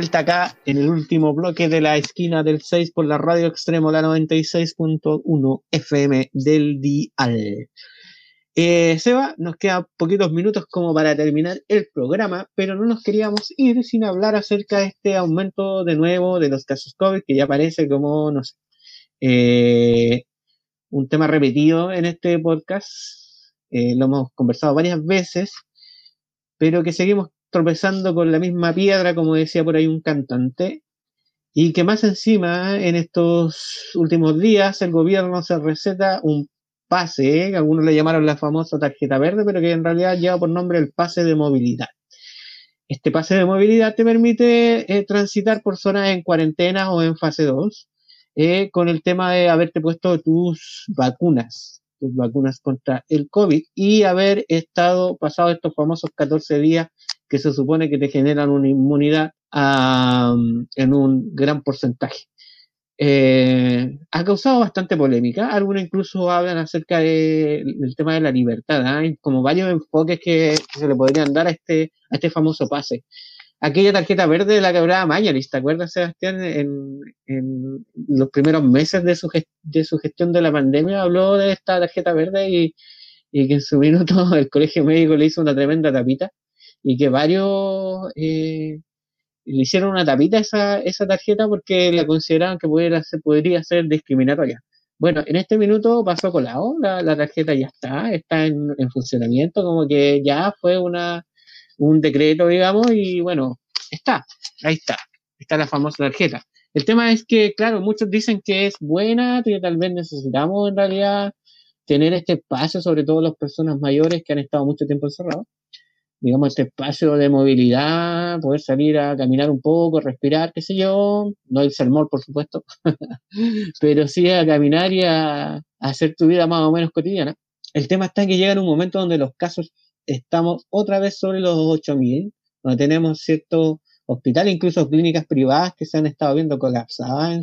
Speaker 2: vuelta acá en el último bloque de la esquina del 6 por la radio Extremo, la 96.1 FM del dial. Seba, nos quedan poquitos minutos como para terminar el programa, pero no nos queríamos ir sin hablar acerca de este aumento de nuevo de los casos COVID, que ya parece como, no sé, un tema repetido en este podcast. Lo hemos conversado varias veces, pero que seguimos tropezando con la misma piedra, como decía por ahí un cantante, y que más encima en estos últimos días el gobierno se receta un pase, que algunos le llamaron la famosa tarjeta verde, pero que en realidad lleva por nombre el pase de movilidad. Este pase de movilidad te permite transitar por zonas en cuarentena o en fase 2, con el tema de haberte puesto tus vacunas contra el COVID y haber pasado estos famosos 14 días que se supone que te generan una inmunidad en un gran porcentaje. Ha causado bastante polémica. Algunos incluso hablan acerca del tema de la libertad. Hay como varios enfoques que se le podrían dar a este famoso pase. Aquella tarjeta verde de la que hablaba Mañalich, ¿te acuerdas, Sebastián? En los primeros meses de su gestión de la pandemia habló de esta tarjeta verde y que en su minuto el colegio médico le hizo una tremenda tapita y que varios le hicieron una tapita a esa tarjeta porque la consideraban que podría ser discriminatoria. Bueno, en este minuto pasó colado, la tarjeta ya está en funcionamiento, como que ya fue un decreto, digamos, y bueno, ahí está la famosa tarjeta. El tema es que, claro, muchos dicen que es buena, que tal vez necesitamos en realidad tener este espacio, sobre todo las personas mayores que han estado mucho tiempo encerrados, digamos, este espacio de movilidad, poder salir a caminar un poco, respirar, qué sé yo, no irse al mall, por supuesto, pero sí a caminar y a hacer tu vida más o menos cotidiana. El tema está en que llega en un momento donde los casos estamos otra vez sobre los 8.000, donde tenemos ciertos hospitales, incluso clínicas privadas que se han estado viendo colapsadas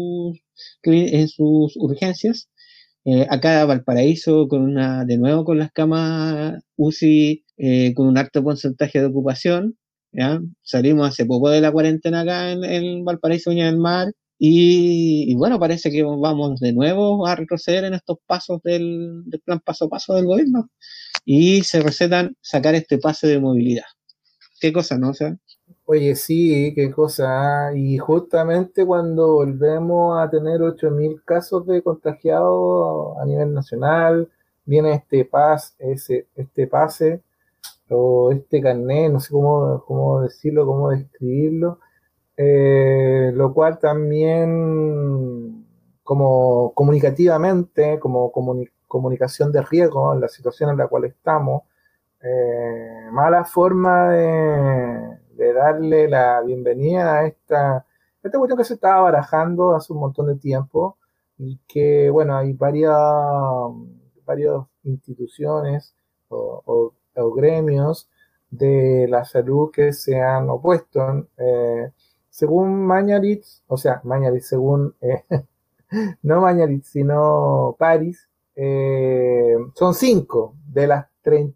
Speaker 2: en sus urgencias. Acá Valparaíso, de nuevo con las camas UCI, con un alto porcentaje de ocupación. ¿Ya? Salimos hace poco de la cuarentena acá en Valparaíso, Viña del Mar, y bueno, parece que vamos de nuevo a retroceder en estos pasos del plan paso a paso del gobierno, y se recetan sacar este pase de movilidad. ¿Qué cosa, no? O sea,
Speaker 3: Oye, sí, qué cosa. Y justamente cuando volvemos a tener 8.000 casos de contagiados a nivel nacional, viene este pase o este carnet, no sé cómo decirlo, cómo describirlo, lo cual también como comunicativamente, como comunicación de riesgo en la situación en la cual estamos, mala forma de darle la bienvenida a esta cuestión que se estaba barajando hace un montón de tiempo y que, bueno, hay varias instituciones o gremios de la salud que se han opuesto. Según Mañalich, según, no Mañalich, sino París, son 5 de las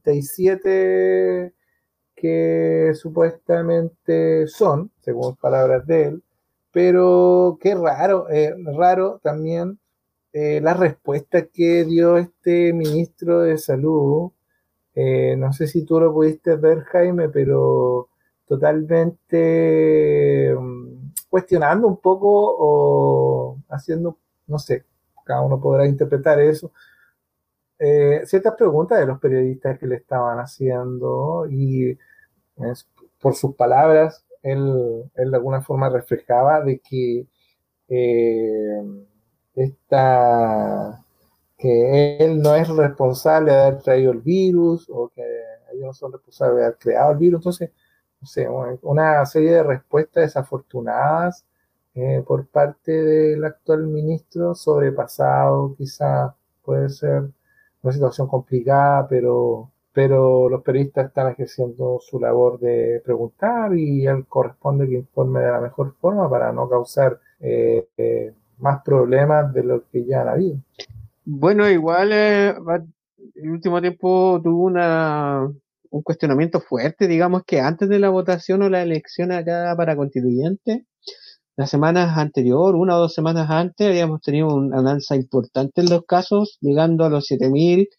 Speaker 3: 37 que supuestamente son, según palabras de él, pero qué raro también la respuesta que dio este ministro de salud. No sé si tú lo pudiste ver, Jaime, pero totalmente cuestionando un poco o haciendo, no sé, cada uno podrá interpretar eso, ciertas preguntas de los periodistas que le estaban haciendo y por sus palabras, él de alguna forma reflejaba de que eh, esta que él no es responsable de haber traído el virus o que ellos no son responsables de haber creado el virus. Entonces, no sé, una serie de respuestas desafortunadas por parte del actual ministro, sobrepasado, quizá puede ser una situación complicada, pero los periodistas están ejerciendo su labor de preguntar y él corresponde que informe de la mejor forma para no causar más problemas de lo que ya han habido.
Speaker 2: bueno, igual el último tiempo tuvo un cuestionamiento fuerte, digamos que antes de la votación o la elección acá para constituyente, las semanas anteriores, 1 o 2 semanas antes, habíamos tenido un alza importante en los casos, llegando a los 7.000,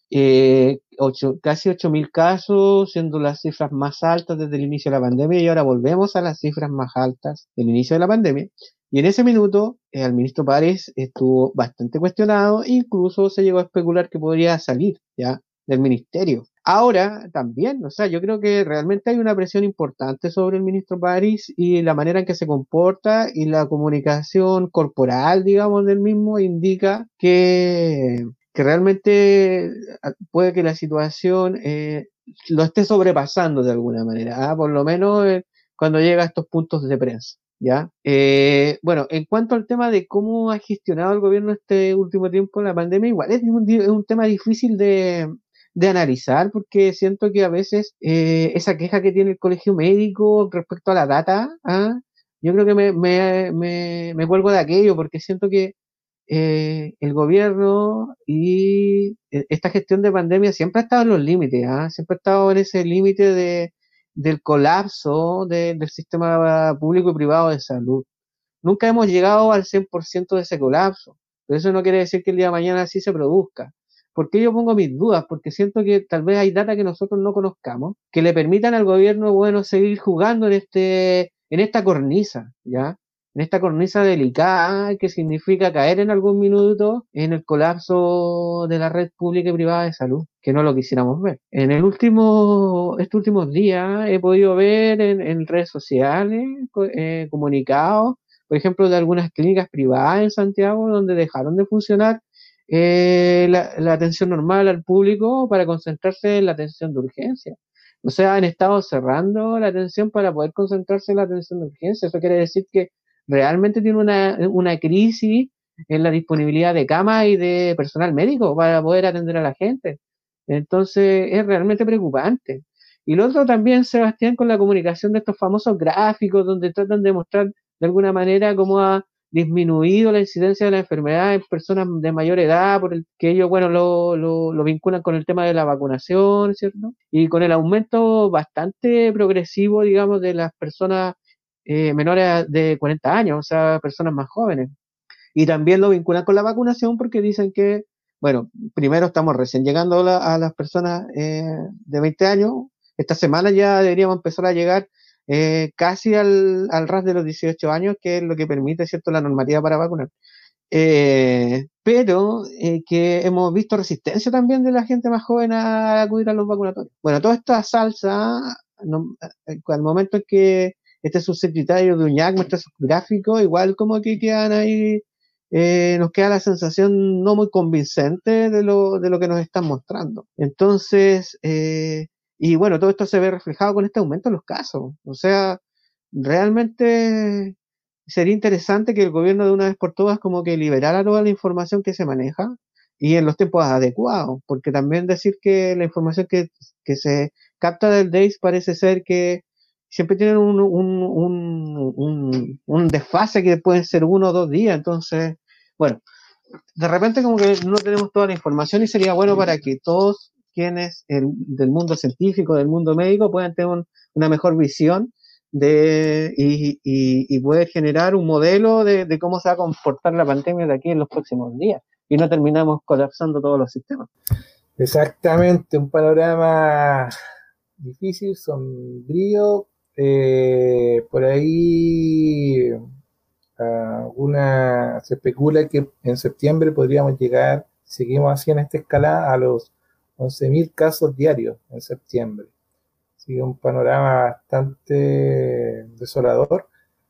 Speaker 2: casi 8.000 casos, siendo las cifras más altas desde el inicio de la pandemia, y ahora volvemos a las cifras más altas del inicio de la pandemia. Y en ese minuto, el ministro París estuvo bastante cuestionado, incluso se llegó a especular que podría salir ya del ministerio. Ahora también, o sea, yo creo que realmente hay una presión importante sobre el ministro París y la manera en que se comporta y la comunicación corporal, digamos, del mismo indica que realmente puede que la situación lo esté sobrepasando de alguna manera, por lo menos cuando llega a estos puntos de prensa. ¿Ya? Bueno, en cuanto al tema de cómo ha gestionado el gobierno este último tiempo la pandemia, igual es un tema difícil de analizar, porque siento que a veces esa queja que tiene el colegio médico respecto a la data, yo creo que me cuelgo de aquello, porque siento que el gobierno y esta gestión de pandemia siempre ha estado en los límites, siempre ha estado en ese límite del colapso del sistema público y privado de salud. Nunca hemos llegado al 100% de ese colapso, pero eso no quiere decir que el día de mañana sí se produzca. ¿Por qué yo pongo mis dudas? Porque siento que tal vez hay data que nosotros no conozcamos, que le permitan al gobierno, bueno, seguir jugando en esta cornisa, ¿ya? En esta cornisa delicada que significa caer en algún minuto en el colapso de la red pública y privada de salud, que no lo quisiéramos ver. Estos últimos días he podido ver en redes sociales comunicados, por ejemplo, de algunas clínicas privadas en Santiago, donde dejaron de funcionar la atención normal al público para concentrarse en la atención de urgencia. O sea, han estado cerrando la atención para poder concentrarse en la atención de urgencia. Eso quiere decir que realmente tiene una crisis en la disponibilidad de camas y de personal médico para poder atender a la gente. Entonces, es realmente preocupante. Y lo otro también, Sebastián, con la comunicación de estos famosos gráficos donde tratan de mostrar de alguna manera cómo ha disminuido la incidencia de la enfermedad en personas de mayor edad, por el que ellos, bueno, lo vinculan con el tema de la vacunación, ¿cierto? Y con el aumento bastante progresivo, digamos, de las personas menores de 40 años, o sea, personas más jóvenes. Y también lo vinculan con la vacunación porque dicen que, bueno, primero estamos recién llegando a las personas de 20 años. Esta semana ya deberíamos empezar a llegar casi al ras de los 18 años, que es lo que permite, ¿cierto?, la normativa para vacunar. Pero que hemos visto resistencia también de la gente más joven a acudir a los vacunatorios. Bueno, toda esta salsa, al momento en que este subsecretario de UñAC muestra sus gráficos, igual como que quedan ahí, nos queda la sensación no muy convincente de lo que nos están mostrando. Entonces, y bueno, todo esto se ve reflejado con este aumento en los casos. O sea, realmente sería interesante que el gobierno de una vez por todas como que liberara toda la información que se maneja y en los tiempos adecuados, porque también decir que la información que se capta del DAIS parece ser que siempre tienen un desfase que pueden ser 1 o 2 días, entonces, bueno, de repente como que no tenemos toda la información y sería bueno para que todos quienes del mundo científico, del mundo médico, puedan tener una mejor visión y poder generar un modelo de cómo se va a comportar la pandemia de aquí en los próximos días y no terminamos colapsando todos los sistemas.
Speaker 3: Exactamente, un panorama difícil, sombrío. Por ahí se especula que en septiembre podríamos llegar, seguimos así en esta escalada, a los 11.000 casos diarios en septiembre. Sigue un panorama bastante desolador,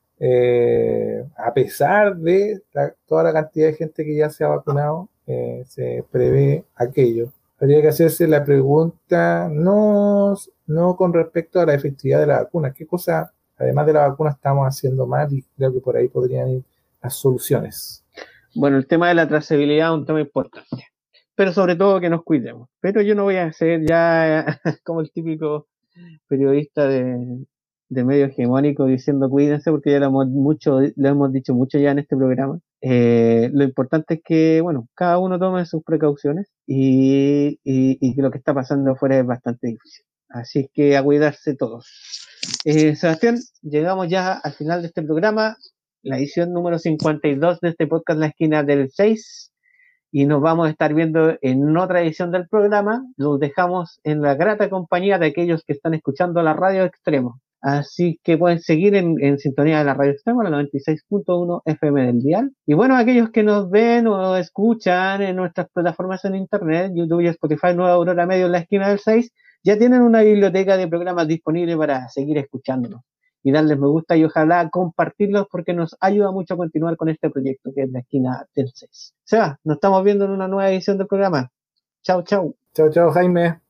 Speaker 3: a pesar de toda la cantidad de gente que ya se ha vacunado. Se prevé aquello. Habría que hacerse la pregunta no con respecto a la efectividad de la vacuna, qué cosa además de la vacuna estamos haciendo mal, y creo que por ahí podrían ir las soluciones.
Speaker 2: Bueno, el tema de la trazabilidad es un tema importante, pero sobre todo que nos cuidemos. Pero yo no voy a ser ya como el típico periodista de medio hegemónico diciendo cuídense, porque ya lo hemos dicho mucho ya en este programa. Lo importante es que, bueno, cada uno tome sus precauciones y que lo que está pasando afuera es bastante difícil. Así que a cuidarse todos. Sebastián, llegamos ya al final de este programa, la edición número 52 de este podcast La Esquina del 6, y nos vamos a estar viendo en otra edición del programa. Los dejamos en la grata compañía de aquellos que están escuchando la Radio Extremo. Así que pueden seguir en sintonía de la Radio Extremo, la 96.1 FM del dial. Y bueno, aquellos que nos ven o escuchan en nuestras plataformas en internet, YouTube y Spotify, Nueva Aurora Medio en la esquina del 6, ya tienen una biblioteca de programas disponible para seguir escuchándonos y darles me gusta y ojalá compartirlos porque nos ayuda mucho a continuar con este proyecto que es la esquina del 6. Seba, nos estamos viendo en una nueva edición del programa. Chau, chau.
Speaker 3: Chao, chao, Jaime.